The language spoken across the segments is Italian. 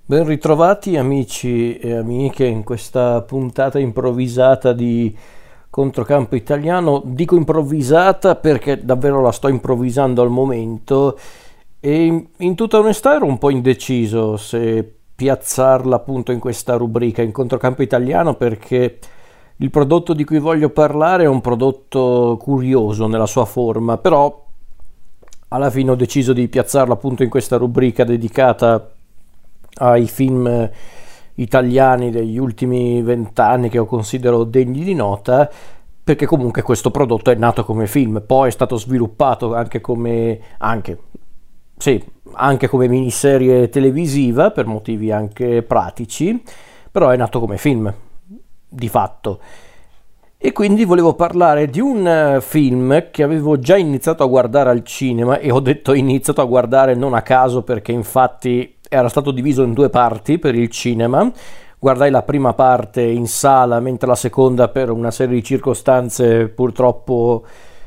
Ben ritrovati amici e amiche in questa puntata improvvisata di Controcampo Italiano. Dico improvvisata perché davvero la sto improvvisando al momento e in tutta onestà ero un po' indeciso se piazzarla appunto in questa rubrica in Controcampo Italiano, perché il prodotto di cui voglio parlare è un prodotto curioso nella sua forma, però alla fine ho deciso di piazzarla appunto in questa rubrica dedicata ai film italiani degli ultimi 20 anni che io considero degni di nota, perché comunque questo prodotto è nato come film, poi è stato sviluppato anche come miniserie televisiva per motivi anche pratici, però è nato come film di fatto. E quindi volevo parlare di un film che avevo già iniziato a guardare al cinema, e ho detto iniziato a guardare non a caso, perché infatti era stato diviso in due parti per il cinema. Guardai la prima parte in sala, mentre la seconda, per una serie di circostanze, purtroppo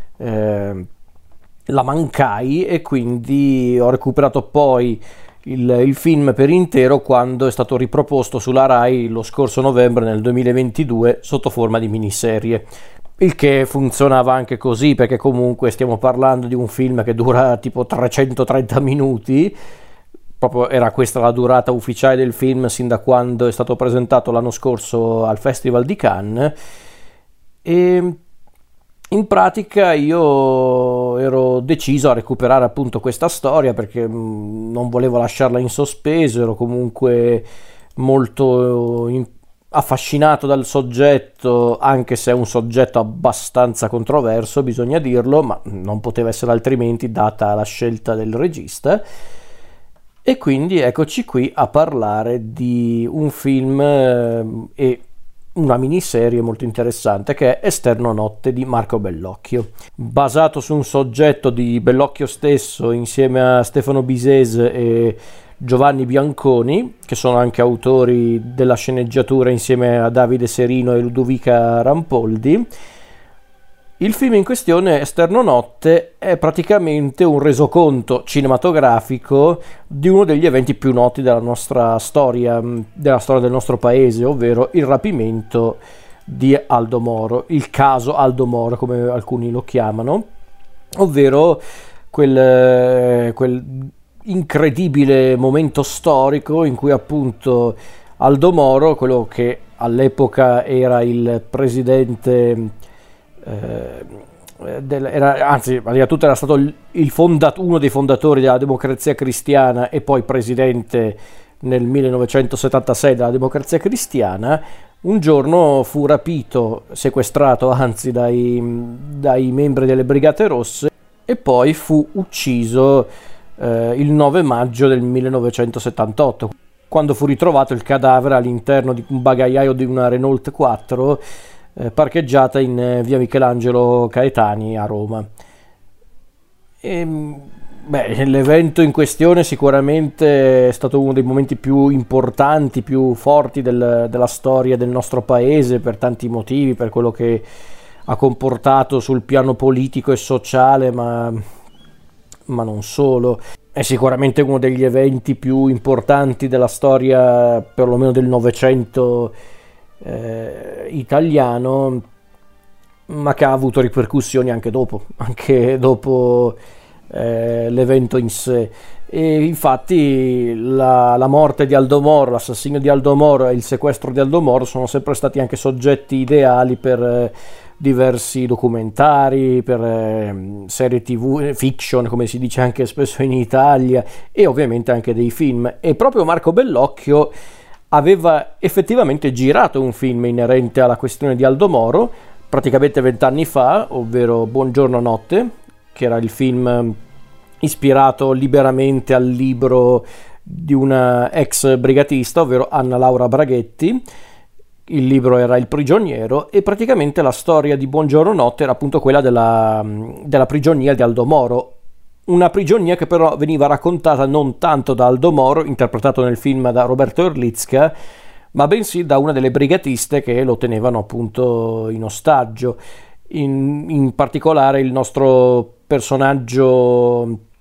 la mancai, e quindi ho recuperato poi il film per intero quando è stato riproposto sulla Rai lo scorso novembre nel 2022 sotto forma di miniserie, il che funzionava anche così, perché comunque stiamo parlando di un film che dura tipo 330 minuti. Proprio era questa la durata ufficiale del film sin da quando è stato presentato l'anno scorso al Festival di Cannes. E in pratica io ero deciso a recuperare appunto questa storia, perché non volevo lasciarla in sospeso. Ero comunque molto affascinato dal soggetto, anche se è un soggetto abbastanza controverso, bisogna dirlo, ma non poteva essere altrimenti data la scelta del regista. E quindi eccoci qui a parlare di un film e una miniserie molto interessante, che è Esterno Notte di Marco Bellocchio, basato su un soggetto di Bellocchio stesso insieme a Stefano Bisese e Giovanni Bianconi, che sono anche autori della sceneggiatura insieme a Davide Serino e Ludovica Rampoldi. Il film in questione, Esterno Notte, è praticamente un resoconto cinematografico di uno degli eventi più noti della storia del nostro paese, ovvero il rapimento di Aldo Moro, il caso Aldo Moro come alcuni lo chiamano, ovvero quel incredibile momento storico in cui appunto Aldo Moro, quello che all'epoca era il presidente era stato uno dei fondatori della Democrazia Cristiana e poi presidente nel 1976 della Democrazia Cristiana, un giorno fu rapito, sequestrato anzi dai membri delle Brigate Rosse, e poi fu ucciso il 9 maggio del 1978, quando fu ritrovato il cadavere all'interno di un bagagliaio di una Renault 4 parcheggiata in via Michelangelo Caetani a Roma. L'evento in questione sicuramente è stato uno dei momenti più importanti, più forti della storia del nostro paese, per tanti motivi, per quello che ha comportato sul piano politico e sociale, ma non solo. È sicuramente uno degli eventi più importanti della storia, perlomeno del Novecento italiano, ma che ha avuto ripercussioni anche dopo l'evento in sé. E infatti la morte di Aldo Moro, l'assassinio di Aldo Moro e il sequestro di Aldo Moro sono sempre stati anche soggetti ideali per diversi documentari, per serie TV, fiction come si dice anche spesso in Italia, e ovviamente anche dei film. E proprio Marco Bellocchio aveva effettivamente girato un film inerente alla questione di Aldo Moro praticamente 20 anni fa, ovvero Buongiorno Notte, che era il film ispirato liberamente al libro di una ex brigatista, ovvero Anna Laura Braghetti. Il libro era Il prigioniero, e praticamente la storia di Buongiorno Notte era appunto quella della prigionia di Aldo Moro. Una prigionia che però veniva raccontata non tanto da Aldo Moro, interpretato nel film da Roberto Erlitzka, ma bensì da una delle brigatiste che lo tenevano appunto in ostaggio. In particolare il nostro personaggio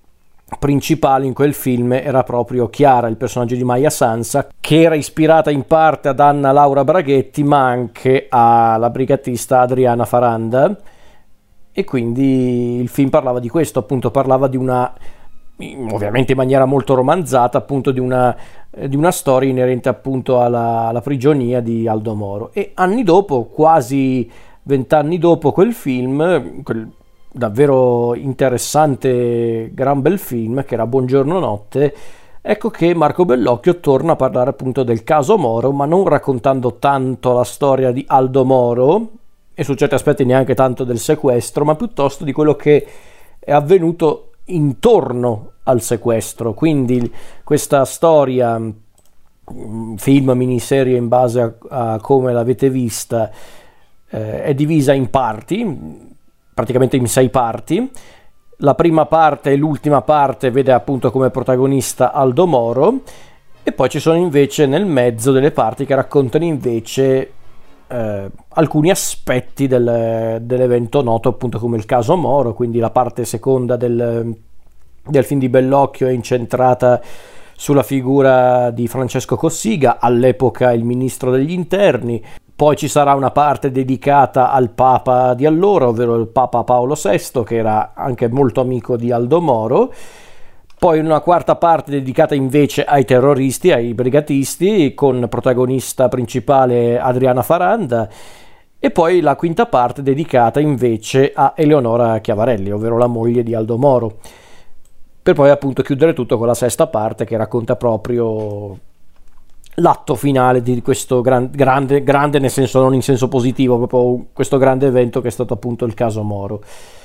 principale in quel film era proprio Chiara, il personaggio di Maya Sansa, che era ispirata in parte ad Anna Laura Braghetti ma anche alla brigatista Adriana Faranda, e quindi il film parlava di questo, appunto parlava di una, ovviamente in maniera molto romanzata, appunto di una storia inerente appunto alla prigionia di Aldo Moro. E anni dopo, quasi 20 anni dopo quel film, quel davvero interessante, gran bel film che era Buongiorno Notte, ecco che Marco Bellocchio torna a parlare appunto del caso Moro, ma non raccontando tanto la storia di Aldo Moro e su certi aspetti neanche tanto del sequestro, ma piuttosto di quello che è avvenuto intorno al sequestro. Quindi questa storia, film, miniserie in base a come l'avete vista, è divisa in parti, praticamente in 6 parti. La prima parte e l'ultima parte vede appunto come protagonista Aldo Moro, e poi ci sono invece nel mezzo delle parti che raccontano invece alcuni aspetti dell'evento noto appunto come il caso Moro. Quindi la parte seconda del film di Bellocchio è incentrata sulla figura di Francesco Cossiga, all'epoca il ministro degli interni. Poi ci sarà una parte dedicata al Papa di allora, ovvero il Papa Paolo VI, che era anche molto amico di Aldo Moro. Poi una quarta parte dedicata invece ai terroristi, ai brigatisti, con protagonista principale Adriana Faranda. E poi la quinta parte dedicata invece a Eleonora Chiavarelli, ovvero la moglie di Aldo Moro. Per poi appunto chiudere tutto con la sesta parte che racconta proprio l'atto finale di questo grande nel senso, non in senso positivo, proprio questo grande evento che è stato appunto il caso Moro.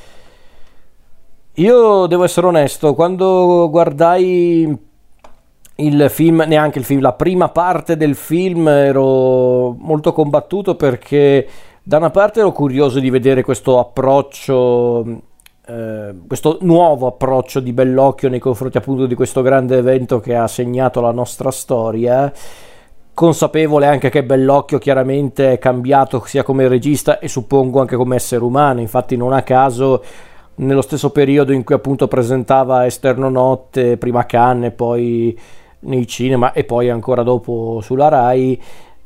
Io devo essere onesto, quando guardai il film, neanche il film, la prima parte del film, ero molto combattuto, perché da una parte ero curioso di vedere questo approccio, questo nuovo approccio di Bellocchio nei confronti appunto di questo grande evento che ha segnato la nostra storia, consapevole anche che Bellocchio chiaramente è cambiato sia come regista e suppongo anche come essere umano. Infatti non a caso nello stesso periodo in cui appunto presentava Esterno Notte, prima a Cannes e poi nei cinema e poi ancora dopo sulla Rai,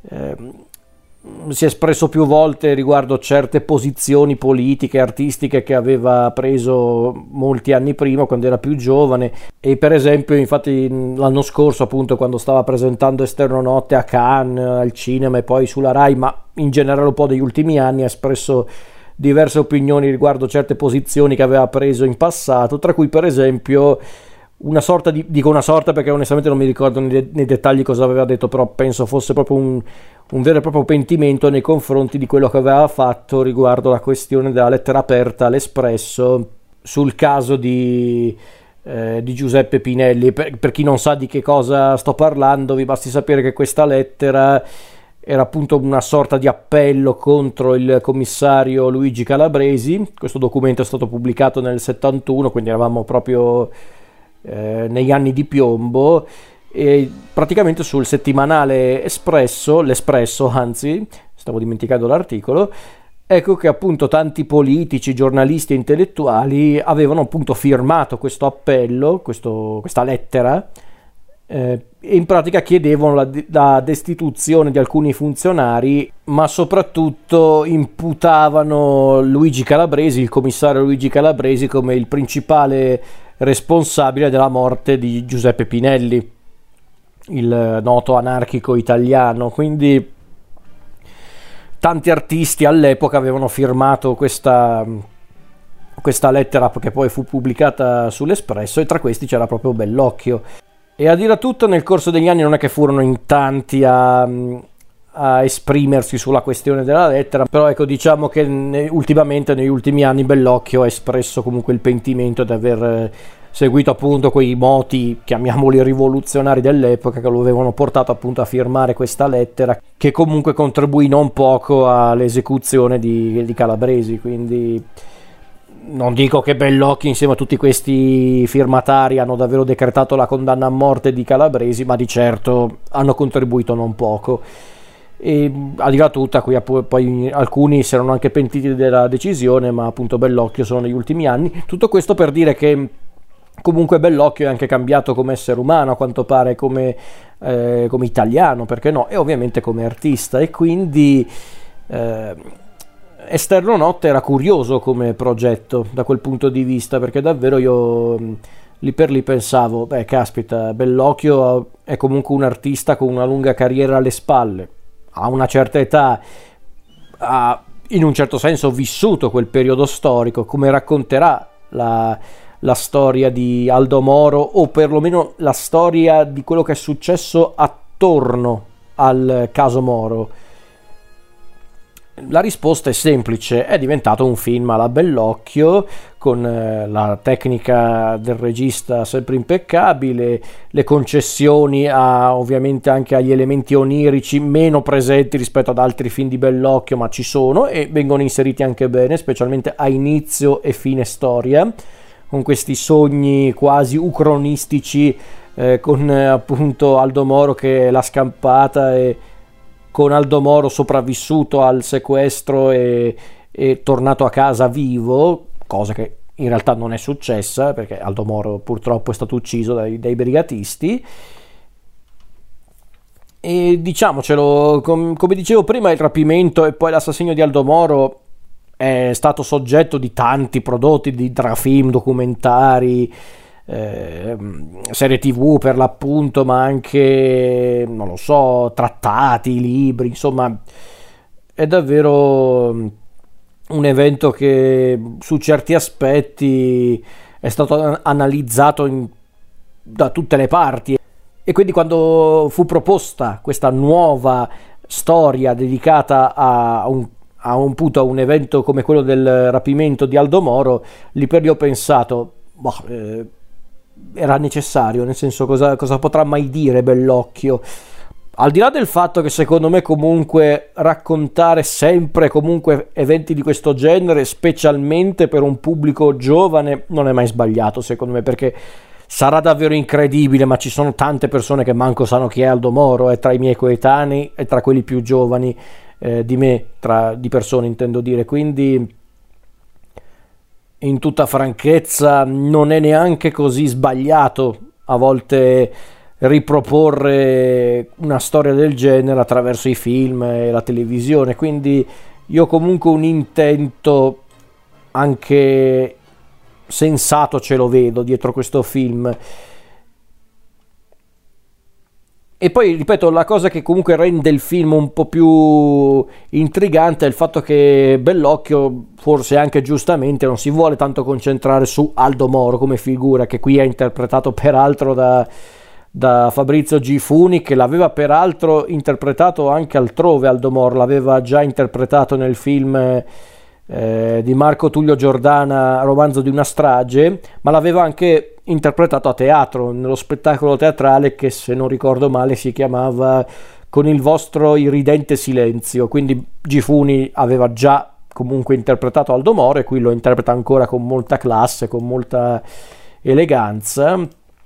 si è espresso più volte riguardo certe posizioni politiche, artistiche che aveva preso molti anni prima quando era più giovane. E per esempio infatti l'anno scorso appunto quando stava presentando Esterno Notte a Cannes, al cinema e poi sulla Rai, ma in generale un po' degli ultimi anni, ha espresso diverse opinioni riguardo certe posizioni che aveva preso in passato, tra cui per esempio una sorta di, dico una sorta perché onestamente non mi ricordo nei dettagli cosa aveva detto, però penso fosse proprio un vero e proprio pentimento nei confronti di quello che aveva fatto riguardo la questione della lettera aperta all'Espresso sul caso di Giuseppe Pinelli. Per chi non sa di che cosa sto parlando, vi basti sapere che questa lettera era appunto una sorta di appello contro il commissario Luigi Calabresi. Questo documento è stato pubblicato nel 71, quindi eravamo proprio negli anni di piombo, e praticamente sul settimanale l'Espresso, anzi, stavo dimenticando l'articolo, ecco che appunto tanti politici, giornalisti e intellettuali avevano appunto firmato questo appello, questa lettera, e in pratica chiedevano la destituzione di alcuni funzionari, ma soprattutto imputavano Luigi Calabresi, il commissario Luigi Calabresi, come il principale responsabile della morte di Giuseppe Pinelli, il noto anarchico italiano. Quindi tanti artisti all'epoca avevano firmato questa lettera che poi fu pubblicata sull'Espresso, e tra questi c'era proprio Bellocchio. E a dire tutto, nel corso degli anni non è che furono in tanti a esprimersi sulla questione della lettera, però ecco, diciamo che ultimamente, negli ultimi anni, Bellocchio ha espresso comunque il pentimento di aver seguito appunto quei moti, chiamiamoli rivoluzionari dell'epoca, che lo avevano portato appunto a firmare questa lettera, che comunque contribuì non poco all'esecuzione di Calabresi. Quindi non dico che Bellocchio insieme a tutti questi firmatari hanno davvero decretato la condanna a morte di Calabresi, ma di certo hanno contribuito non poco. E a dire tutta, qui poi alcuni si erano anche pentiti della decisione, ma appunto Bellocchio solo negli ultimi anni. Tutto questo per dire che Comunque Bellocchio è anche cambiato come essere umano, a quanto pare, come italiano, perché no, e ovviamente come artista, e quindi eh, Esterno Notte era curioso come progetto da quel punto di vista, perché davvero io lì per lì pensavo, beh, caspita, Bellocchio è comunque un artista con una lunga carriera alle spalle, a una certa età, ha in un certo senso vissuto quel periodo storico, come racconterà la storia di Aldo Moro, o perlomeno la storia di quello che è successo attorno al caso Moro. La risposta è semplice, è diventato un film alla Bellocchio, con la tecnica del regista sempre impeccabile, le concessioni ovviamente anche agli elementi onirici meno presenti rispetto ad altri film di Bellocchio, ma ci sono e vengono inseriti anche bene, specialmente a inizio e fine storia, con questi sogni quasi ucronistici, con appunto Aldo Moro che l'ha scampata, e con Aldo Moro sopravvissuto al sequestro e tornato a casa vivo, cosa che in realtà non è successa perché Aldo Moro purtroppo è stato ucciso dai brigatisti. E diciamocelo, come dicevo prima, il rapimento e poi l'assassinio di Aldo Moro è stato soggetto di tanti prodotti, di film, documentari, serie TV per l'appunto, ma anche, non lo so, trattati, libri, insomma è davvero un evento che su certi aspetti è stato analizzato da tutte le parti, e quindi quando fu proposta questa nuova storia dedicata a un evento come quello del rapimento di Aldo Moro, lì per lì ho pensato, era necessario, nel senso, cosa potrà mai dire Bellocchio, al di là del fatto che secondo me comunque raccontare sempre comunque eventi di questo genere, specialmente per un pubblico giovane, non è mai sbagliato secondo me, perché sarà davvero incredibile, ma ci sono tante persone che manco sanno chi è Aldo Moro, è tra i miei coetanei e tra quelli più giovani di me, di persone intendo dire, quindi in tutta franchezza non è neanche così sbagliato a volte riproporre una storia del genere attraverso i film e la televisione, quindi io comunque un intento anche sensato ce lo vedo dietro questo film. E poi, ripeto, la cosa che comunque rende il film un po' più intrigante è il fatto che Bellocchio, forse anche giustamente, non si vuole tanto concentrare su Aldo Moro come figura, che qui è interpretato peraltro da Fabrizio Gifuni, che l'aveva peraltro interpretato anche altrove. Aldo Moro l'aveva già interpretato nel film di Marco Tullio Giordana, Romanzo di una strage, ma l'aveva anche interpretato a teatro, nello spettacolo teatrale che, se non ricordo male, si chiamava Con il vostro irridente silenzio, quindi Gifuni aveva già comunque interpretato Aldo Moro e qui lo interpreta ancora con molta classe, con molta eleganza,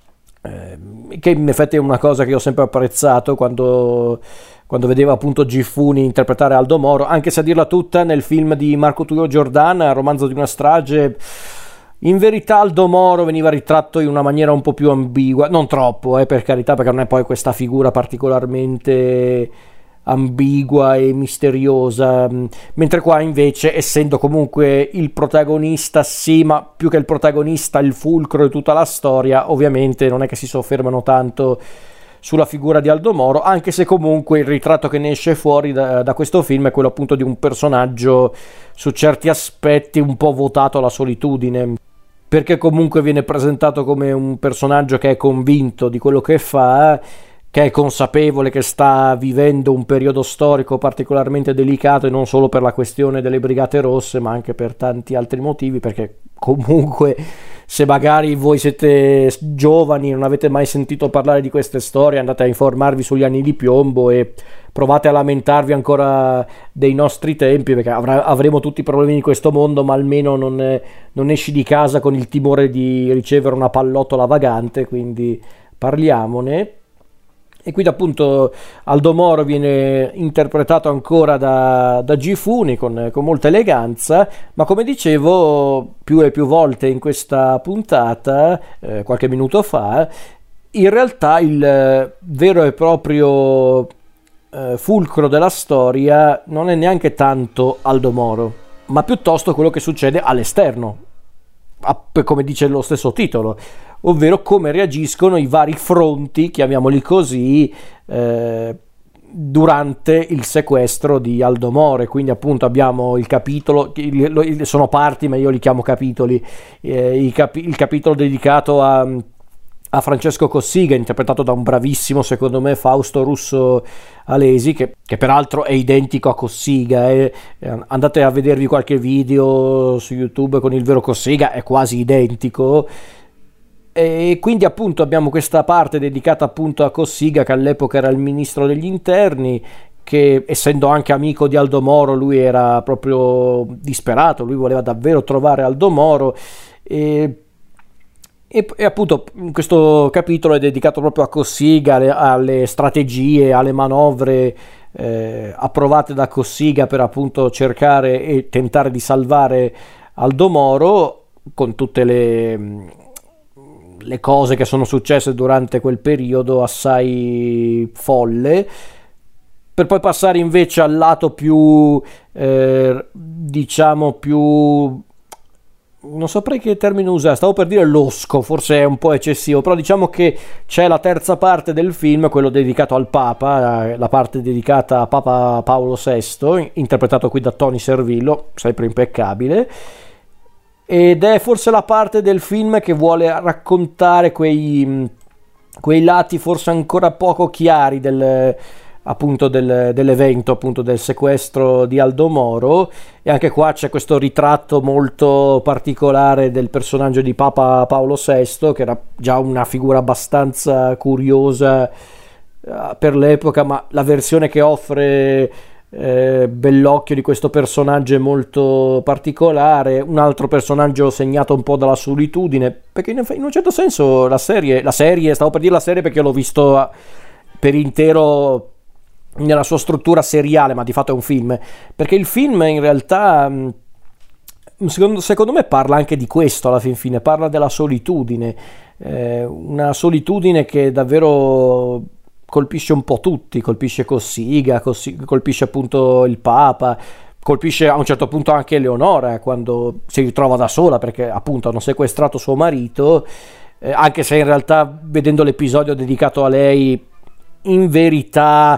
che in effetti è una cosa che ho sempre apprezzato quando vedevo appunto Gifuni interpretare Aldo Moro, anche se a dirla tutta nel film di Marco Tullio Giordana, Romanzo di una strage, in verità Aldo Moro veniva ritratto in una maniera un po' più ambigua, non troppo, per carità, perché non è poi questa figura particolarmente ambigua e misteriosa, mentre qua invece, essendo comunque il protagonista, sì, ma più che il protagonista il fulcro di tutta la storia, ovviamente non è che si soffermano tanto sulla figura di Aldo Moro, anche se comunque il ritratto che ne esce fuori da questo film è quello appunto di un personaggio su certi aspetti un po' votato alla solitudine, perché comunque viene presentato come un personaggio che è convinto di quello che fa, che è consapevole che sta vivendo un periodo storico particolarmente delicato, e non solo per la questione delle Brigate Rosse, ma anche per tanti altri motivi, perché comunque se magari voi siete giovani e non avete mai sentito parlare di queste storie, andate a informarvi sugli anni di piombo e provate a lamentarvi ancora dei nostri tempi, perché avremo tutti i problemi di questo mondo, ma almeno non esci di casa con il timore di ricevere una pallottola vagante, quindi parliamone. E quindi appunto Aldo Moro viene interpretato ancora da Gifuni con molta eleganza, ma come dicevo più e più volte in questa puntata, qualche minuto fa, in realtà il vero e proprio fulcro della storia non è neanche tanto Aldo Moro, ma piuttosto quello che succede all'esterno, come dice lo stesso titolo, ovvero come reagiscono i vari fronti, chiamiamoli così, durante il sequestro di Aldo Moro. Quindi appunto abbiamo il capitolo, sono parti ma io li chiamo capitoli, il capitolo dedicato a Francesco Cossiga, interpretato da un bravissimo, secondo me, Fausto Russo Alesi, che peraltro è identico a Cossiga. Andate a vedervi qualche video su YouTube con il vero Cossiga, è quasi identico. E quindi appunto abbiamo questa parte dedicata appunto a Cossiga, che all'epoca era il ministro degli interni, che essendo anche amico di Aldo Moro lui era proprio disperato, lui voleva davvero trovare Aldo Moro, e appunto questo capitolo è dedicato proprio a Cossiga, alle strategie, alle manovre approvate da Cossiga per appunto cercare e tentare di salvare Aldo Moro, con tutte le cose che sono successe durante quel periodo assai folle, per poi passare invece al lato più diciamo più, non saprei che termine usare, stavo per dire losco, forse è un po' eccessivo, però diciamo che c'è la terza parte del film, quello dedicato al Papa, la parte dedicata a Papa Paolo VI, interpretato qui da Tony Servillo, sempre impeccabile, ed è forse la parte del film che vuole raccontare quei lati forse ancora poco chiari dell'evento, appunto del sequestro di Aldo Moro. E anche qua c'è questo ritratto molto particolare del personaggio di Papa Paolo VI, che era già una figura abbastanza curiosa per l'epoca, ma la versione che offre Bellocchio di questo personaggio è molto particolare, un altro personaggio segnato un po' dalla solitudine, perché in un certo senso la serie, stavo per dire la serie perché l'ho visto per intero nella sua struttura seriale, ma di fatto è un film, perché il film in realtà secondo me parla anche di questo, alla fin fine parla della solitudine, una solitudine che davvero colpisce un po' tutti, colpisce Cossiga, colpisce appunto il Papa, colpisce a un certo punto anche Eleonora quando si ritrova da sola perché appunto hanno sequestrato suo marito, anche se in realtà vedendo l'episodio dedicato a lei in verità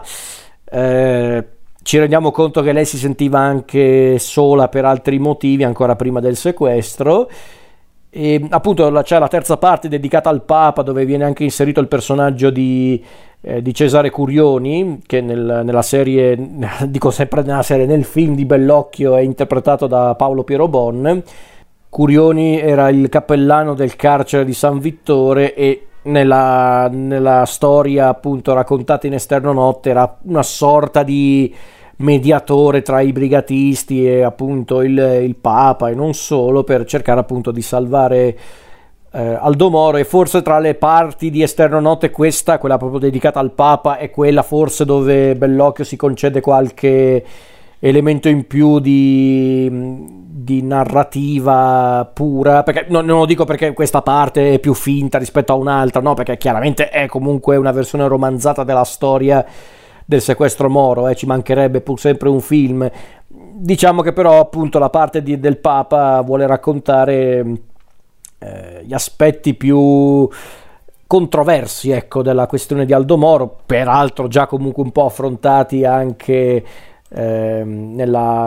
ci rendiamo conto che lei si sentiva anche sola per altri motivi ancora prima del sequestro. E appunto c'è la terza parte dedicata al Papa, dove viene anche inserito il personaggio di Cesare Curioni, che nella serie, dico sempre nella serie, nel film di Bellocchio è interpretato da Paolo Piero Bon. Curioni era il cappellano del carcere di San Vittore e nella storia appunto raccontata in Esterno Notte era una sorta di mediatore tra i brigatisti e appunto il Papa e non solo, per cercare appunto di salvare Aldo Moro. E forse tra le parti di Esterno Notte questa, quella proprio dedicata al Papa, è quella forse dove Bellocchio si concede qualche elemento in più di narrativa pura, perché non lo dico perché questa parte è più finta rispetto a un'altra, no, perché chiaramente è comunque una versione romanzata della storia del sequestro Moro, ci mancherebbe, pur sempre un film. Diciamo che però appunto la parte del Papa vuole raccontare gli aspetti più controversi, ecco, della questione di Aldo Moro, peraltro già comunque un po' affrontati anche nella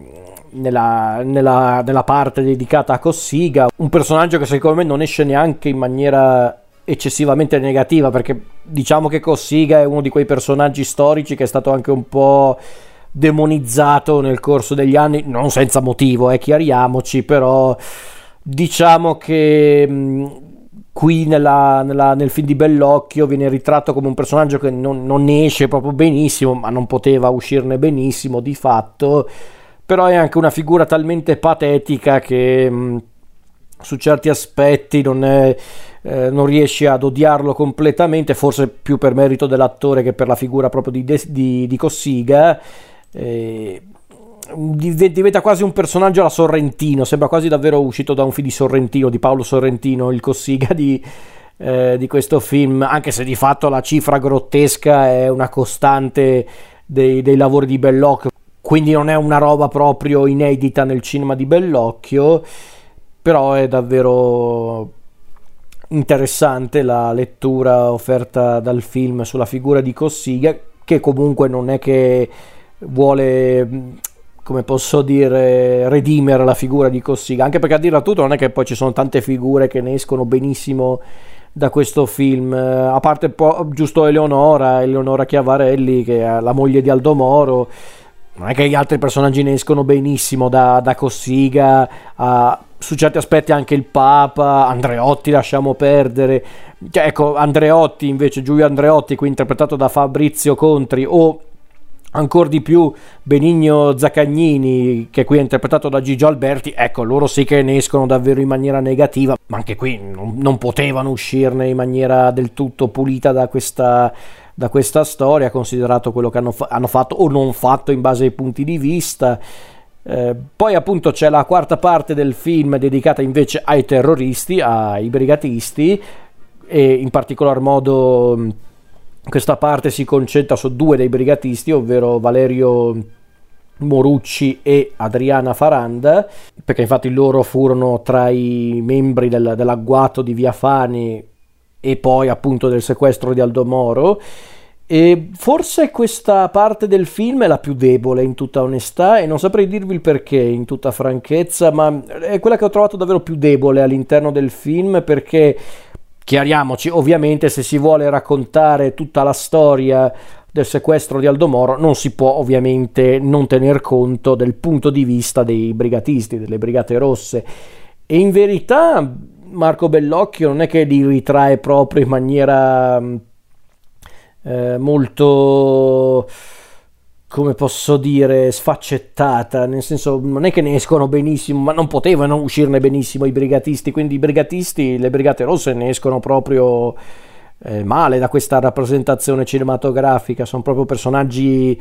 parte dedicata a Cossiga, un personaggio che secondo me non esce neanche in maniera eccessivamente negativa, perché diciamo che Cossiga è uno di quei personaggi storici che è stato anche un po' demonizzato nel corso degli anni, non senza motivo, chiariamoci, però diciamo che qui nel film di Bellocchio viene ritratto come un personaggio che non ne esce proprio benissimo, ma non poteva uscirne benissimo di fatto, però è anche una figura talmente patetica che su certi aspetti non riesci ad odiarlo completamente, forse più per merito dell'attore che per la figura proprio di Cossiga. Diventa quasi un personaggio alla Sorrentino, sembra quasi davvero uscito da un film di Sorrentino, di Paolo Sorrentino, il Cossiga di questo film, anche se di fatto la cifra grottesca è una costante dei lavori di Bellocchio, quindi non è una roba proprio inedita nel cinema di Bellocchio, però è davvero interessante la lettura offerta dal film sulla figura di Cossiga, che comunque non è che vuole, come posso dire, redimere la figura di Cossiga, anche perché a dirla tutto non è che poi ci sono tante figure che ne escono benissimo da questo film, a parte giusto Eleonora Chiavarelli, che è la moglie di Aldo Moro. Non è che gli altri personaggi ne escono benissimo da Cossiga su certi aspetti anche il Papa, Andreotti lasciamo perdere, cioè, ecco, Andreotti invece, Giulio Andreotti qui interpretato da Fabrizio Contri, o ancora di più Benigno Zaccagnini che qui è interpretato da Gigio Alberti, ecco, loro sì che ne escono davvero in maniera negativa, ma anche qui non potevano uscirne in maniera del tutto pulita da questa storia, considerato quello che hanno fatto o non fatto in base ai punti di vista. Poi appunto c'è la quarta parte del film dedicata invece ai terroristi, ai brigatisti, e in particolar modo questa parte si concentra su due dei brigatisti, ovvero Valerio Morucci e Adriana Faranda, perché infatti loro furono tra i membri dell'agguato di Via Fani e poi appunto del sequestro di Aldo Moro. E forse questa parte del film è la più debole, in tutta onestà, e non saprei dirvi il perché, in tutta franchezza, ma è quella che ho trovato davvero più debole all'interno del film, perché, chiariamoci, ovviamente se si vuole raccontare tutta la storia del sequestro di Aldo Moro non si può ovviamente non tener conto del punto di vista dei brigatisti, delle Brigate Rosse, e in verità Marco Bellocchio non è che li ritrae proprio in maniera molto, come posso dire, sfaccettata, nel senso, non è che ne escono benissimo, ma non potevano uscirne benissimo i brigatisti, quindi i brigatisti, le Brigate Rosse ne escono proprio male da questa rappresentazione cinematografica, sono proprio personaggi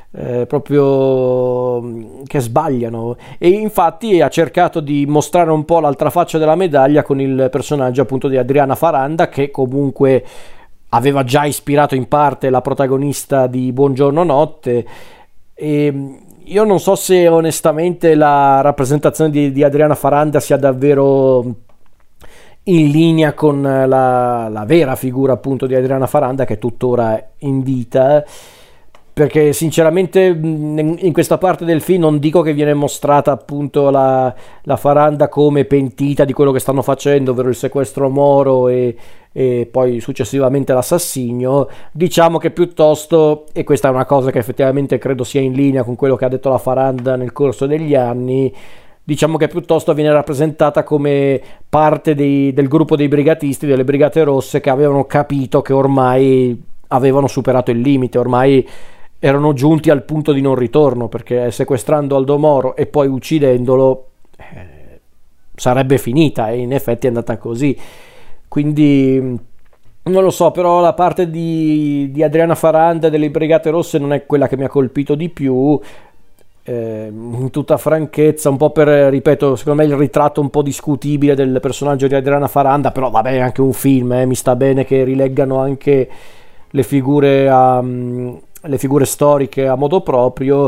proprio che sbagliano, e infatti ha cercato di mostrare un po' l'altra faccia della medaglia con il personaggio appunto di Adriana Faranda, che comunque aveva già ispirato in parte la protagonista di Buongiorno Notte, e io non so se onestamente la rappresentazione di Adriana Faranda sia davvero in linea con la vera figura appunto di Adriana Faranda, che è tuttora in vita, perché sinceramente in questa parte del film non dico che viene mostrata appunto la Faranda come pentita di quello che stanno facendo, ovvero il sequestro Moro e poi successivamente l'assassinio. Diciamo che piuttosto, e questa è una cosa che effettivamente credo sia in linea con quello che ha detto la Faranda nel corso degli anni, diciamo che piuttosto viene rappresentata come parte del gruppo dei brigatisti, delle Brigate Rosse, che avevano capito che ormai avevano superato il limite, ormai erano giunti al punto di non ritorno, perché sequestrando Aldo Moro e poi uccidendolo sarebbe finita, e in effetti è andata così. Quindi non lo so, però la parte di Adriana Faranda delle Brigate Rosse non è quella che mi ha colpito di più, in tutta franchezza, un po' per, ripeto, secondo me il ritratto un po' discutibile del personaggio di Adriana Faranda, però vabbè, è anche un film, mi sta bene che rileggano anche le figure storiche a modo proprio,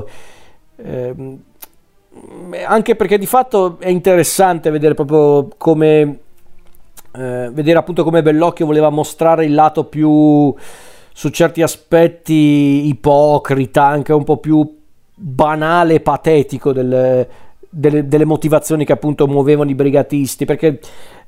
anche perché di fatto è interessante vedere proprio come vedere appunto come Bellocchio voleva mostrare il lato più, su certi aspetti, ipocrita, anche un po' più banale e patetico delle motivazioni che appunto muovevano i brigatisti, perché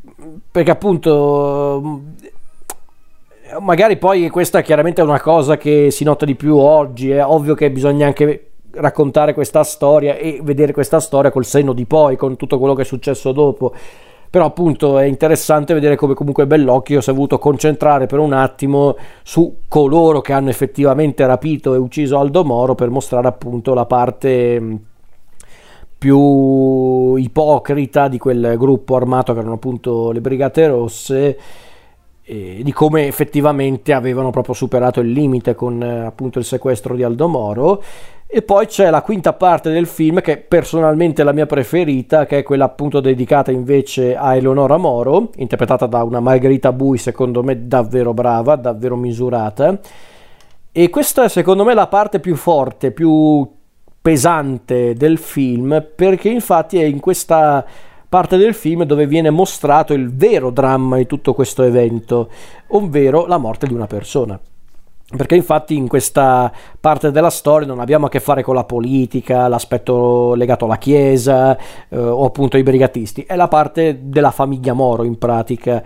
appunto magari poi questa chiaramente è una cosa che si nota di più oggi, è ovvio che bisogna anche raccontare questa storia e vedere questa storia col senno di poi, con tutto quello che è successo dopo, però appunto è interessante vedere come comunque Bellocchio si è voluto concentrare per un attimo su coloro che hanno effettivamente rapito e ucciso Aldo Moro, per mostrare appunto la parte più ipocrita di quel gruppo armato che erano appunto le Brigate Rosse, e di come effettivamente avevano proprio superato il limite con appunto il sequestro di Aldo Moro. E poi c'è la quinta parte del film, che personalmente è la mia preferita, che è quella appunto dedicata invece a Eleonora Moro, interpretata da una Margherita Bui secondo me davvero brava, davvero misurata. E questa è secondo me la parte più forte, più pesante del film, perché infatti è in questa parte del film dove viene mostrato il vero dramma di tutto questo evento, ovvero la morte di una persona. Perché infatti in questa parte della storia non abbiamo a che fare con la politica, l'aspetto legato alla Chiesa o appunto ai brigatisti, è la parte della famiglia Moro in pratica.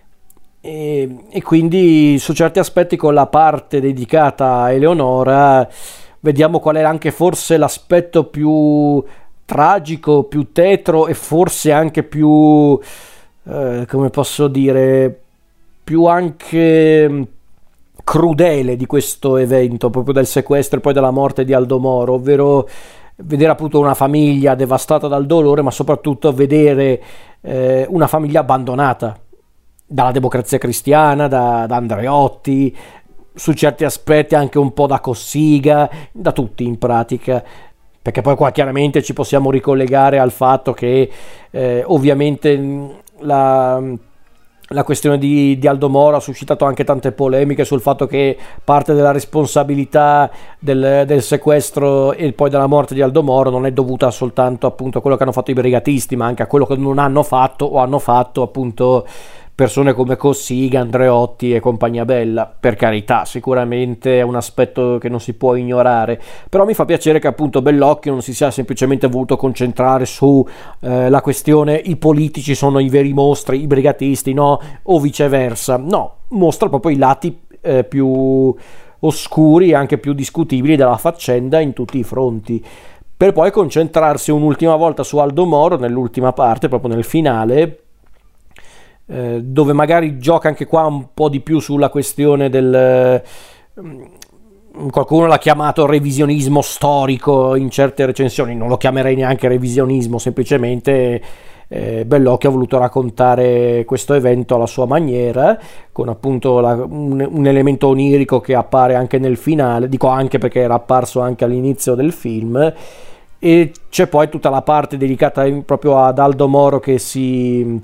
E quindi su certi aspetti con la parte dedicata a Eleonora vediamo qual è anche forse l'aspetto più tragico, più tetro e forse anche più, come posso dire, più anche crudele di questo evento, proprio del sequestro e poi della morte di Aldo Moro, ovvero vedere appunto una famiglia devastata dal dolore, ma soprattutto vedere una famiglia abbandonata dalla Democrazia Cristiana, da Andreotti, su certi aspetti anche un po' da Cossiga, da tutti in pratica, perché poi qua chiaramente ci possiamo ricollegare al fatto che ovviamente la questione di Aldo Moro ha suscitato anche tante polemiche sul fatto che parte della responsabilità del sequestro e poi della morte di Aldo Moro non è dovuta soltanto appunto a quello che hanno fatto i brigatisti, ma anche a quello che non hanno fatto o hanno fatto appunto persone come Cossiga, Andreotti e compagnia bella. Per carità, sicuramente è un aspetto che non si può ignorare, però mi fa piacere che appunto Bellocchio non si sia semplicemente voluto concentrare su la questione i politici sono i veri mostri, i brigatisti no, o viceversa. No, mostra proprio i lati più oscuri e anche più discutibili della faccenda in tutti i fronti, per poi concentrarsi un'ultima volta su Aldo Moro nell'ultima parte, proprio nel finale, dove magari gioca anche qua un po' di più sulla questione del qualcuno l'ha chiamato revisionismo storico in certe recensioni, non lo chiamerei neanche revisionismo, semplicemente Bellocchio ha voluto raccontare questo evento alla sua maniera, con appunto un elemento onirico che appare anche nel finale, dico anche perché era apparso anche all'inizio del film. E c'è poi tutta la parte dedicata proprio ad Aldo Moro che si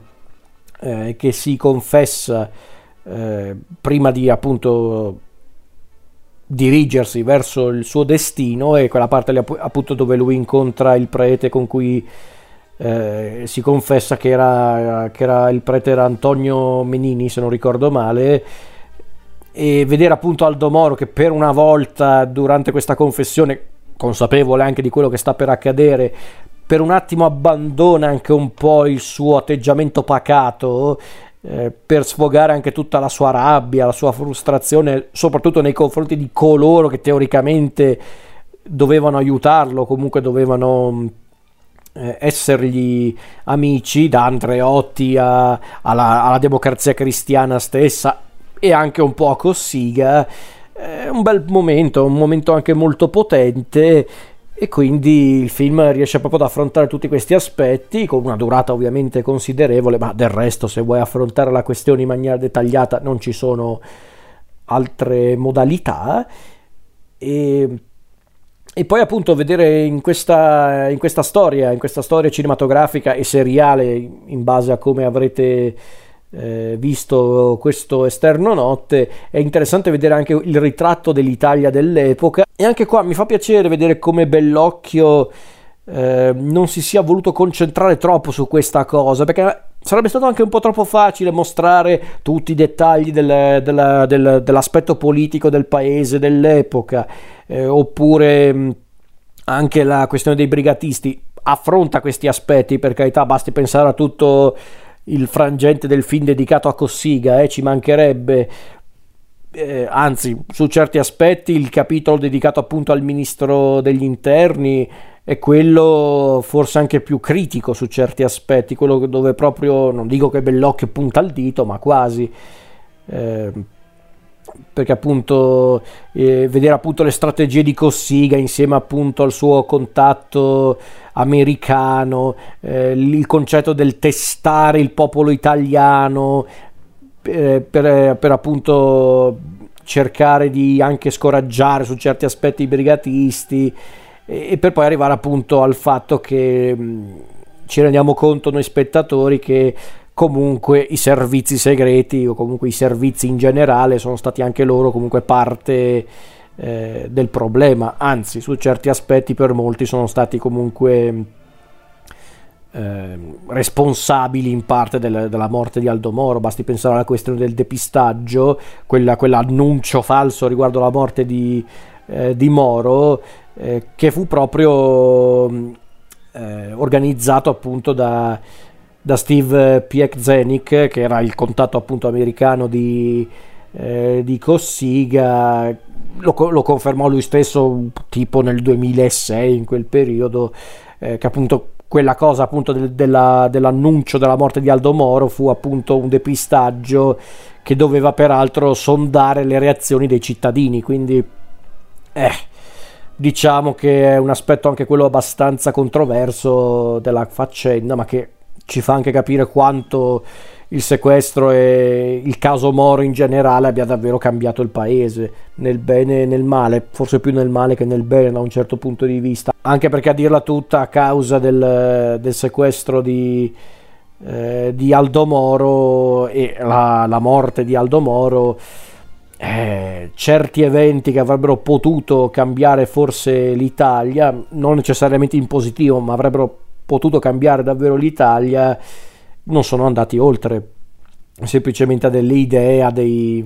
confessa prima di appunto dirigersi verso il suo destino, e quella parte lì appunto dove lui incontra il prete con cui si confessa che era il prete, era Antonio Menini se non ricordo male, e vedere appunto Aldo Moro che per una volta durante questa confessione, consapevole anche di quello che sta per accadere, per un attimo abbandona anche un po' il suo atteggiamento pacato per sfogare anche tutta la sua rabbia, la sua frustrazione, soprattutto nei confronti di coloro che teoricamente dovevano aiutarlo, comunque dovevano essergli amici, da Andreotti alla Democrazia Cristiana stessa e anche un po' a Cossiga. È un bel momento, un momento anche molto potente, e quindi il film riesce proprio ad affrontare tutti questi aspetti con una durata ovviamente considerevole, ma del resto se vuoi affrontare la questione in maniera dettagliata non ci sono altre modalità. E poi appunto vedere in questa storia cinematografica e seriale, in base a come avrete visto questo Esterno Notte, è interessante vedere anche il ritratto dell'Italia dell'epoca, e anche qua mi fa piacere vedere come Bellocchio non si sia voluto concentrare troppo su questa cosa, perché sarebbe stato anche un po' troppo facile mostrare tutti i dettagli dell'aspetto politico del paese dell'epoca, oppure anche la questione dei brigatisti. Affronta questi aspetti, per carità, basti pensare a tutto il frangente del film dedicato a Cossiga, ci mancherebbe, anzi su certi aspetti il capitolo dedicato appunto al ministro degli interni è quello forse anche più critico su certi aspetti, quello dove proprio, non dico che Bellocchio punta il dito, ma quasi, perché appunto vedere appunto le strategie di Cossiga insieme appunto al suo contatto americano, il concetto del testare il popolo italiano per appunto cercare di anche scoraggiare su certi aspetti i brigatisti, e per poi arrivare appunto al fatto che ci rendiamo conto noi spettatori che comunque i servizi segreti o comunque i servizi in generale sono stati anche loro comunque parte del problema, anzi su certi aspetti per molti sono stati comunque responsabili in parte della morte di Aldo Moro. Basti pensare alla questione del depistaggio, quell'annuncio falso riguardo la morte di Moro, che fu proprio organizzato appunto da Steve Pieczenik, che era il contatto appunto americano di Cossiga. Lo confermò lui stesso tipo nel 2006, in quel periodo, che appunto quella cosa appunto dell'annuncio della morte di Aldo Moro fu appunto un depistaggio che doveva peraltro sondare le reazioni dei cittadini, quindi diciamo che è un aspetto anche quello abbastanza controverso della faccenda, ma che ci fa anche capire quanto il sequestro e il caso Moro in generale abbia davvero cambiato il paese, nel bene e nel male, forse più nel male che nel bene da un certo punto di vista, anche perché a dirla tutta, a causa del sequestro di Aldo Moro e la morte di Aldo Moro, certi eventi che avrebbero potuto cambiare forse l'Italia, non necessariamente in positivo, ma avrebbero potuto cambiare davvero l'Italia, non sono andati oltre semplicemente a delle idee, a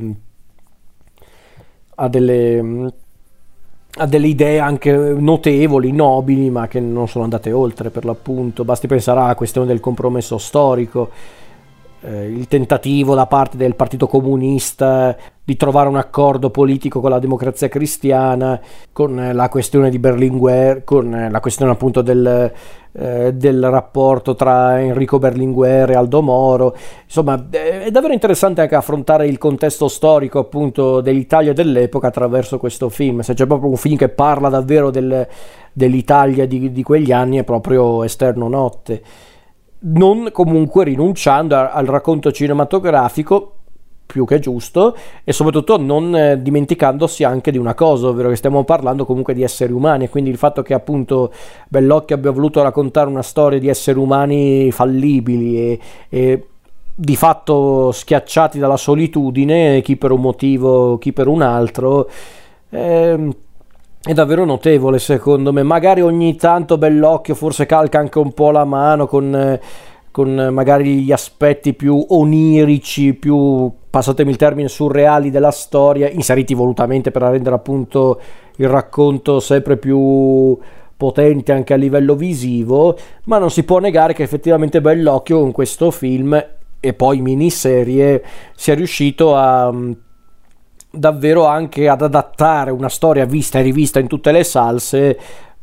delle idee anche notevoli, nobili, ma che non sono andate oltre per l'appunto. Basti pensare alla questione del compromesso storico, il tentativo da parte del Partito Comunista di trovare un accordo politico con la Democrazia Cristiana, con la questione di Berlinguer, con la questione appunto del rapporto tra Enrico Berlinguer e Aldo Moro. Insomma, è davvero interessante anche affrontare il contesto storico appunto dell'Italia dell'epoca attraverso questo film. Se c'è proprio un film che parla davvero dell'Italia di quegli anni, è proprio Esterno Notte, non comunque rinunciando al racconto cinematografico più che giusto, e soprattutto non dimenticandosi anche di una cosa, ovvero che stiamo parlando comunque di esseri umani, e quindi il fatto che appunto Bellocchio abbia voluto raccontare una storia di esseri umani fallibili e di fatto schiacciati dalla solitudine, chi per un motivo, chi per un altro, è davvero notevole secondo me. Magari ogni tanto Bellocchio forse calca anche un po' la mano con magari gli aspetti più onirici, più, passatemi il termine, surreali della storia, inseriti volutamente per rendere appunto il racconto sempre più potente anche a livello visivo, ma non si può negare che effettivamente Bellocchio con questo film e poi miniserie sia riuscito a davvero anche ad adattare una storia vista e rivista in tutte le salse,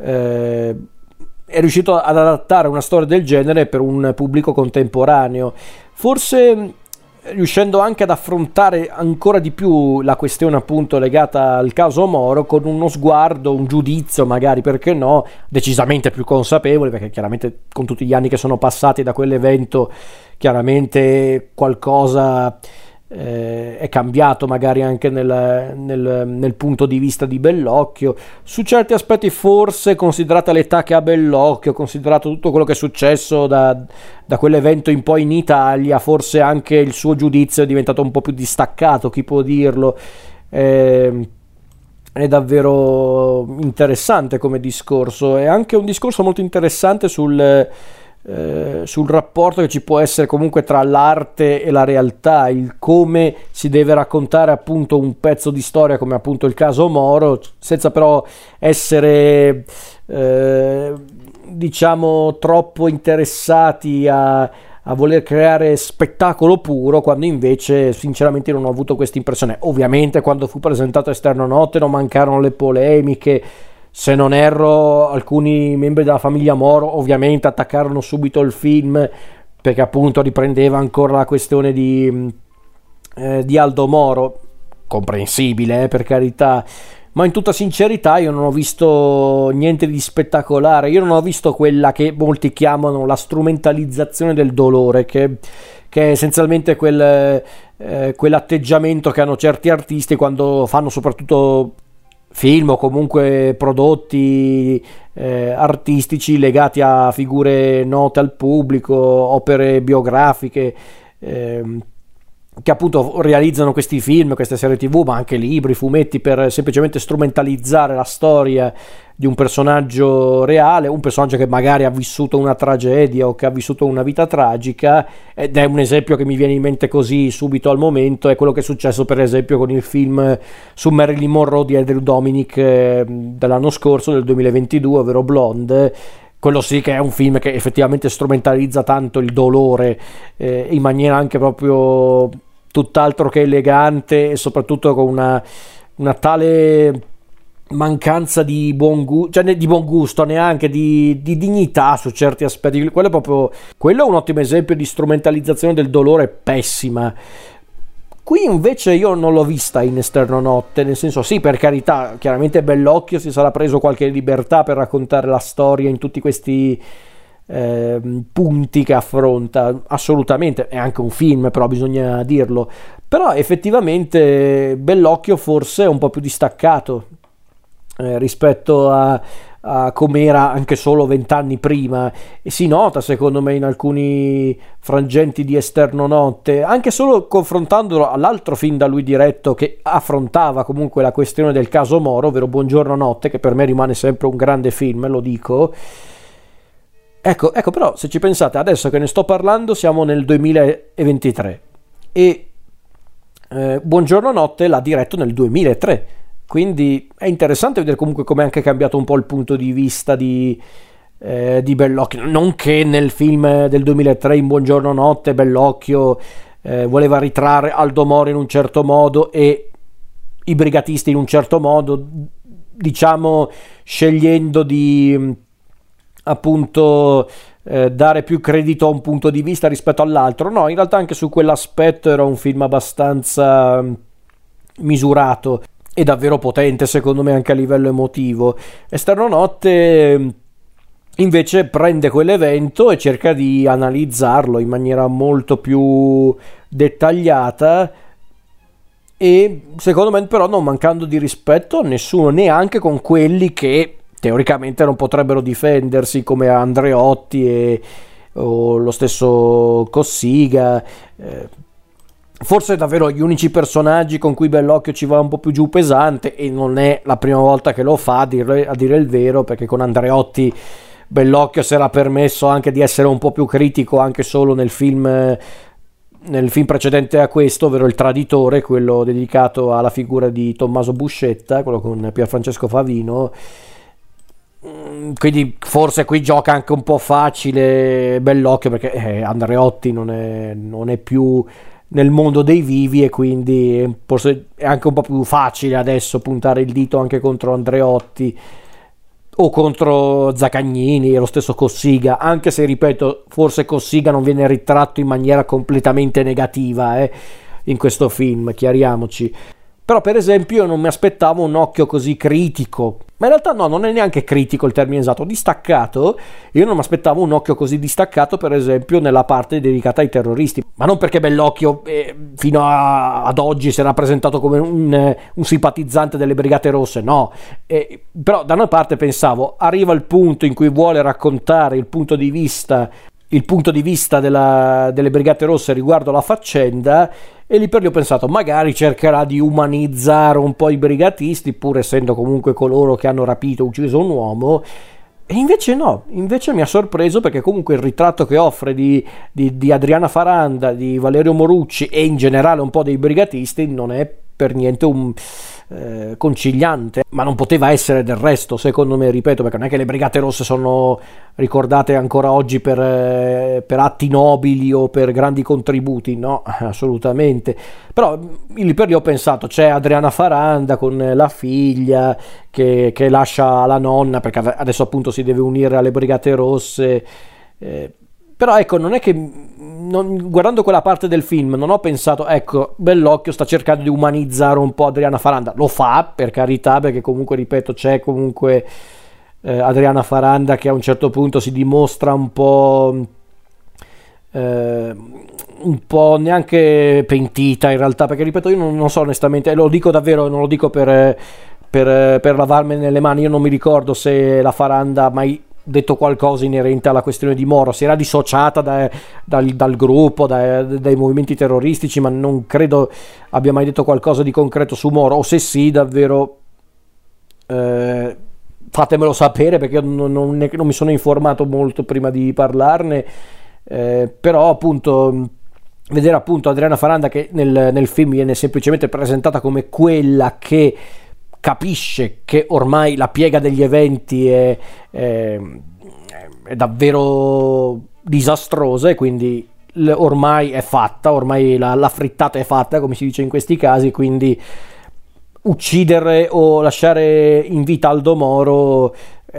è riuscito ad adattare una storia del genere per un pubblico contemporaneo, forse riuscendo anche ad affrontare ancora di più la questione appunto legata al caso Moro con uno sguardo, un giudizio magari, perché no, decisamente più consapevole, perché chiaramente con tutti gli anni che sono passati da quell'evento chiaramente qualcosa è cambiato magari anche nel punto di vista di Bellocchio, su certi aspetti forse, considerata l'età che ha Bellocchio, considerato tutto quello che è successo da quell'evento in poi in Italia, forse anche il suo giudizio è diventato un po' più distaccato, chi può dirlo. È davvero interessante come discorso, è anche un discorso molto interessante sul rapporto che ci può essere comunque tra l'arte e la realtà, il come si deve raccontare appunto un pezzo di storia come appunto il caso Moro, senza però essere diciamo troppo interessati a voler creare spettacolo puro, quando invece sinceramente non ho avuto questa impressione. Ovviamente quando fu presentato Esterno Notte non mancarono le polemiche. Se non erro, alcuni membri della famiglia Moro ovviamente attaccarono subito il film perché appunto riprendeva ancora la questione di Aldo Moro. comprensibile, per carità, ma in tutta sincerità io non ho visto niente di spettacolare. Io non ho visto quella che molti chiamano la strumentalizzazione del dolore, che è essenzialmente quell'atteggiamento che hanno certi artisti quando fanno soprattutto film o comunque prodotti artistici legati a figure note al pubblico, opere biografiche, che appunto realizzano questi film, queste serie TV, ma anche libri, fumetti, per semplicemente strumentalizzare la storia di un personaggio reale, un personaggio che magari ha vissuto una tragedia o che ha vissuto una vita tragica. Ed è un esempio che mi viene in mente così subito al momento, è quello che è successo per esempio con il film su Marilyn Monroe di Andrew Dominik dell'anno scorso, del 2022, ovvero Blonde. Quello sì che è un film che effettivamente strumentalizza tanto il dolore in maniera anche proprio tutt'altro che elegante, e soprattutto con una tale mancanza di buon gusto, cioè di buon gusto, neanche di dignità su certi aspetti. Quello è un ottimo esempio di strumentalizzazione del dolore pessima. Qui invece io non l'ho vista in Esterno Notte, nel senso, sì, per carità, chiaramente Bellocchio si sarà preso qualche libertà per raccontare la storia in tutti questi punti che affronta, assolutamente, è anche un film, però bisogna dirlo. Però effettivamente Bellocchio forse è un po' più distaccato rispetto a come era anche solo 20 anni prima, e si nota secondo me in alcuni frangenti di Esterno Notte, anche solo confrontandolo all'altro film da lui diretto che affrontava comunque la questione del caso Moro, ovvero Buongiorno Notte, che per me rimane sempre un grande film, lo dico. Ecco, però se ci pensate, adesso che ne sto parlando siamo nel 2023 e Buongiorno Notte l'ha diretto nel 2003, quindi è interessante vedere comunque come è anche cambiato un po' il punto di vista di Bellocchio. Non che nel film del 2003 in Buongiorno Notte Bellocchio voleva ritrarre Aldo Moro in un certo modo e i brigatisti in un certo modo, diciamo scegliendo di appunto dare più credito a un punto di vista rispetto all'altro. No, in realtà anche su quell'aspetto era un film abbastanza misurato e davvero potente, secondo me, anche a livello emotivo. Esterno Notte invece prende quell'evento e cerca di analizzarlo in maniera molto più dettagliata, e secondo me però non mancando di rispetto a nessuno, neanche con quelli che teoricamente non potrebbero difendersi, come Andreotti o lo stesso Cossiga. Forse davvero gli unici personaggi con cui Bellocchio ci va un po' più giù pesante, e non è la prima volta che lo fa, a dire il vero, perché con Andreotti Bellocchio si era permesso anche di essere un po' più critico anche solo nel film precedente a questo, ovvero Il Traditore, quello dedicato alla figura di Tommaso Buscetta, quello con Pierfrancesco Favino. Quindi forse qui gioca anche un po' facile Bellocchio, perché Andreotti non è più nel mondo dei vivi, e quindi forse è anche un po' più facile adesso puntare il dito anche contro Andreotti o contro Zaccagnini e lo stesso Cossiga, anche se, ripeto, forse Cossiga non viene ritratto in maniera completamente negativa in questo film, chiariamoci. Però per esempio io non mi aspettavo un occhio così critico, ma in realtà no, non è neanche critico il termine esatto, distaccato. Io non mi aspettavo un occhio così distaccato per esempio nella parte dedicata ai terroristi, ma non perché Bellocchio fino ad oggi si era presentato come un simpatizzante delle Brigate Rosse, no, però da una parte pensavo, arriva il punto in cui vuole raccontare il punto di vista delle Brigate Rosse riguardo la faccenda, e lì per lì ho pensato magari cercherà di umanizzare un po' i brigatisti, pur essendo comunque coloro che hanno rapito e ucciso un uomo. E invece no, invece mi ha sorpreso, perché comunque il ritratto che offre di Adriana Faranda, di Valerio Morucci e in generale un po' dei brigatisti non è per niente conciliante, ma non poteva essere del resto, secondo me, ripeto, perché non è che le Brigate Rosse sono ricordate ancora oggi per atti nobili o per grandi contributi, no, assolutamente. Però lì per lì ho pensato, c'è Adriana Faranda con la figlia che lascia la nonna perché adesso appunto si deve unire alle Brigate Rosse, Però ecco, non è che guardando quella parte del film non ho pensato, ecco, Bellocchio sta cercando di umanizzare un po' Adriana Faranda. Lo fa, per carità, perché comunque, ripeto, c'è comunque Adriana Faranda che a un certo punto si dimostra un po' neanche pentita in realtà, perché ripeto, io non so onestamente, e lo dico davvero, non lo dico per lavarmene le mani, io non mi ricordo se la Faranda ha mai detto qualcosa inerente alla questione di Moro. Si era dissociata dal gruppo, dai movimenti terroristici, ma non credo abbia mai detto qualcosa di concreto su Moro, o se sì, davvero fatemelo sapere, perché io non mi sono informato molto prima di parlarne. Però appunto vedere appunto Adriana Faranda che nel film viene semplicemente presentata come quella che capisce che ormai la piega degli eventi è davvero disastrosa, e quindi ormai è fatta, ormai la frittata è fatta, come si dice in questi casi, quindi uccidere o lasciare in vita Aldo Moro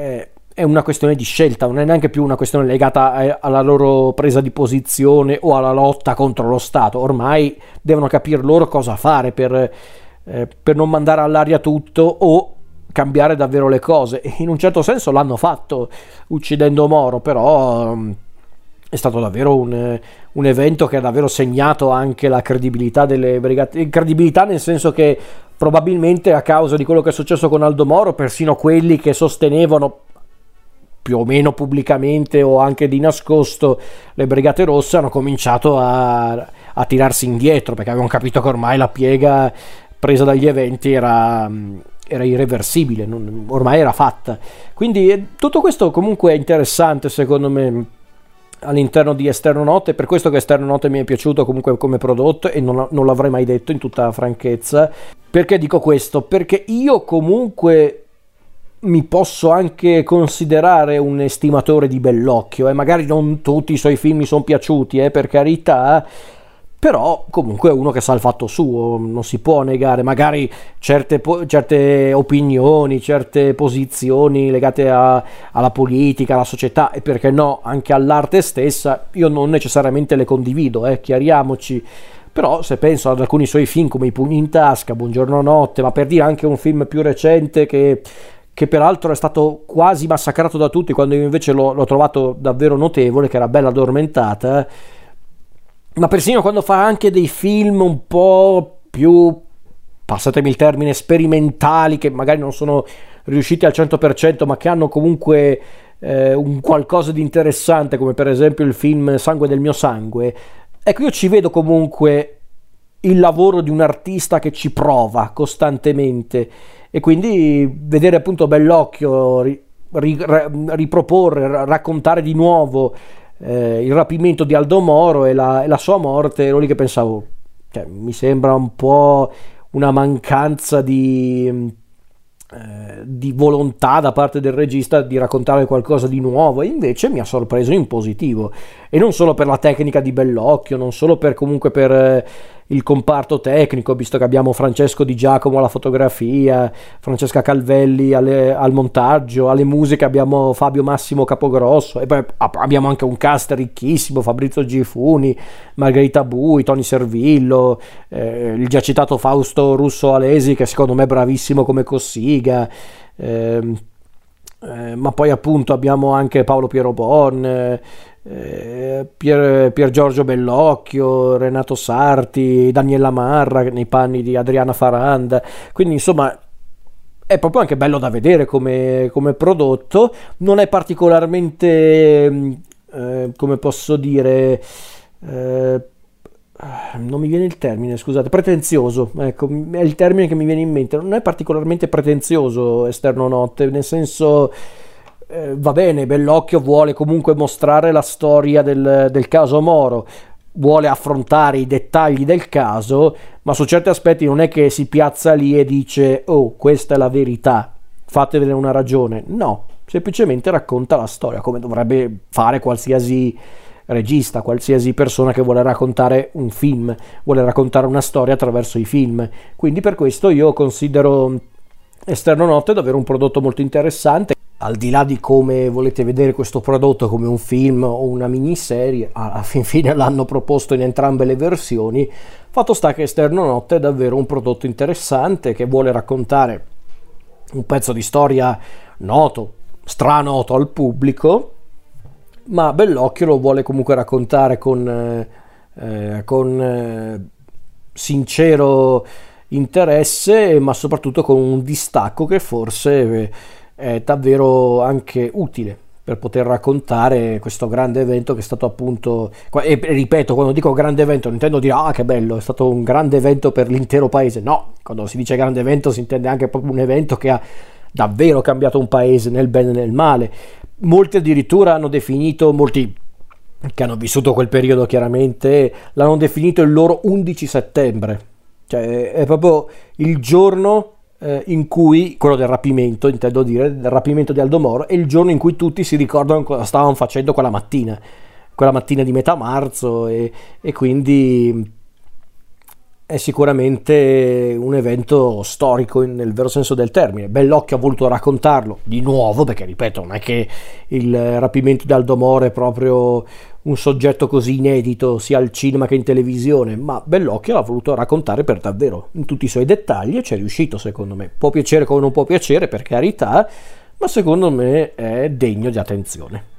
è una questione di scelta, non è neanche più una questione legata alla loro presa di posizione o alla lotta contro lo Stato. Ormai devono capire loro cosa fare per non mandare all'aria tutto o cambiare davvero le cose. E in un certo senso l'hanno fatto uccidendo Moro, però è stato davvero un evento che ha davvero segnato anche la credibilità delle brigate, credibilità nel senso che probabilmente a causa di quello che è successo con Aldo Moro, persino quelli che sostenevano più o meno pubblicamente o anche di nascosto le Brigate Rosse hanno cominciato a tirarsi indietro, perché avevano capito che ormai la piega presa dagli eventi era irreversibile, ormai era fatta. Quindi tutto questo comunque è interessante secondo me all'interno di Esterno Notte, per questo che Esterno Notte mi è piaciuto comunque come prodotto, e non l'avrei mai detto in tutta franchezza. Perché dico questo? Perché io comunque mi posso anche considerare un estimatore di Bellocchio, magari non tutti i suoi film mi sono piaciuti, per carità, però comunque è uno che sa il fatto suo, non si può negare. Magari certe opinioni, certe posizioni legate alla politica, alla società e perché no anche all'arte stessa, io non necessariamente le condivido, chiariamoci. Però se penso ad alcuni suoi film come I Pugni in Tasca, Buongiorno Notte, ma per dire anche un film più recente che peraltro è stato quasi massacrato da tutti, quando io invece l'ho trovato davvero notevole, che era Bella Addormentata, ma persino quando fa anche dei film un po' più, passatemi il termine, sperimentali, che magari non sono riusciti al 100%, ma che hanno comunque un qualcosa di interessante, come per esempio il film Sangue del mio sangue, ecco, io ci vedo comunque il lavoro di un artista che ci prova costantemente, e quindi vedere appunto Bellocchio riproporre, raccontare di nuovo il rapimento di Aldo Moro e la sua morte, ero lì che pensavo, cioè, mi sembra un po' una mancanza di volontà da parte del regista di raccontare qualcosa di nuovo, e invece mi ha sorpreso in positivo, e non solo per la tecnica di Bellocchio, non solo per comunque per il comparto tecnico, visto che abbiamo Francesco Di Giacomo alla fotografia, Francesca Calvelli al montaggio, alle musiche abbiamo Fabio Massimo Capogrosso, e poi abbiamo anche un cast ricchissimo: Fabrizio Gifuni, Margherita Bui, Tony Servillo, il già citato Fausto Russo Alesi, che secondo me è bravissimo come Cossiga, ma poi appunto abbiamo anche Paolo Piero Bon, Pier Giorgio Bellocchio, Renato Sarti, Daniela Marra nei panni di Adriana Faranda. Quindi insomma è proprio anche bello da vedere come prodotto. Non è particolarmente come posso dire, non mi viene il termine, scusate, pretenzioso, ecco, è il termine che mi viene in mente. Non è particolarmente pretenzioso Esterno Notte, nel senso, va bene, Bellocchio vuole comunque mostrare la storia del caso Moro, vuole affrontare i dettagli del caso, ma su certi aspetti non è che si piazza lì e dice: oh, questa è la verità, fatevene una ragione. No, semplicemente racconta la storia, come dovrebbe fare qualsiasi regista, qualsiasi persona che vuole raccontare un film, vuole raccontare una storia attraverso i film. Quindi per questo io considero Esterno Notte davvero un prodotto molto interessante. al di là di come volete vedere questo prodotto, come un film o una miniserie, alla fin fine l'hanno proposto in entrambe le versioni. Fatto sta che Esterno Notte è davvero un prodotto interessante che vuole raccontare un pezzo di storia noto, stranoto al pubblico, ma Bellocchio lo vuole comunque raccontare con sincero interesse, ma soprattutto con un distacco che forse è davvero anche utile per poter raccontare questo grande evento che è stato appunto, e ripeto, quando dico grande evento non intendo dire che bello, è stato un grande evento per l'intero paese, no, quando si dice grande evento si intende anche proprio un evento che ha davvero cambiato un paese nel bene e nel male. Molti addirittura hanno definito, molti che hanno vissuto quel periodo chiaramente, l'hanno definito il loro 11 settembre, cioè è proprio il giorno in cui, quello del rapimento intendo dire, del rapimento di Aldo Moro, è il giorno in cui tutti si ricordano cosa stavano facendo quella mattina di metà marzo, e quindi è sicuramente un evento storico nel vero senso del termine. Bellocchio ha voluto raccontarlo di nuovo, perché ripeto, non è che il rapimento di Aldo Moro è proprio un soggetto così inedito sia al cinema che in televisione, ma Bellocchio l'ha voluto raccontare per davvero, in tutti i suoi dettagli, e ci è riuscito secondo me. Può piacere come non può piacere, per carità, ma secondo me è degno di attenzione.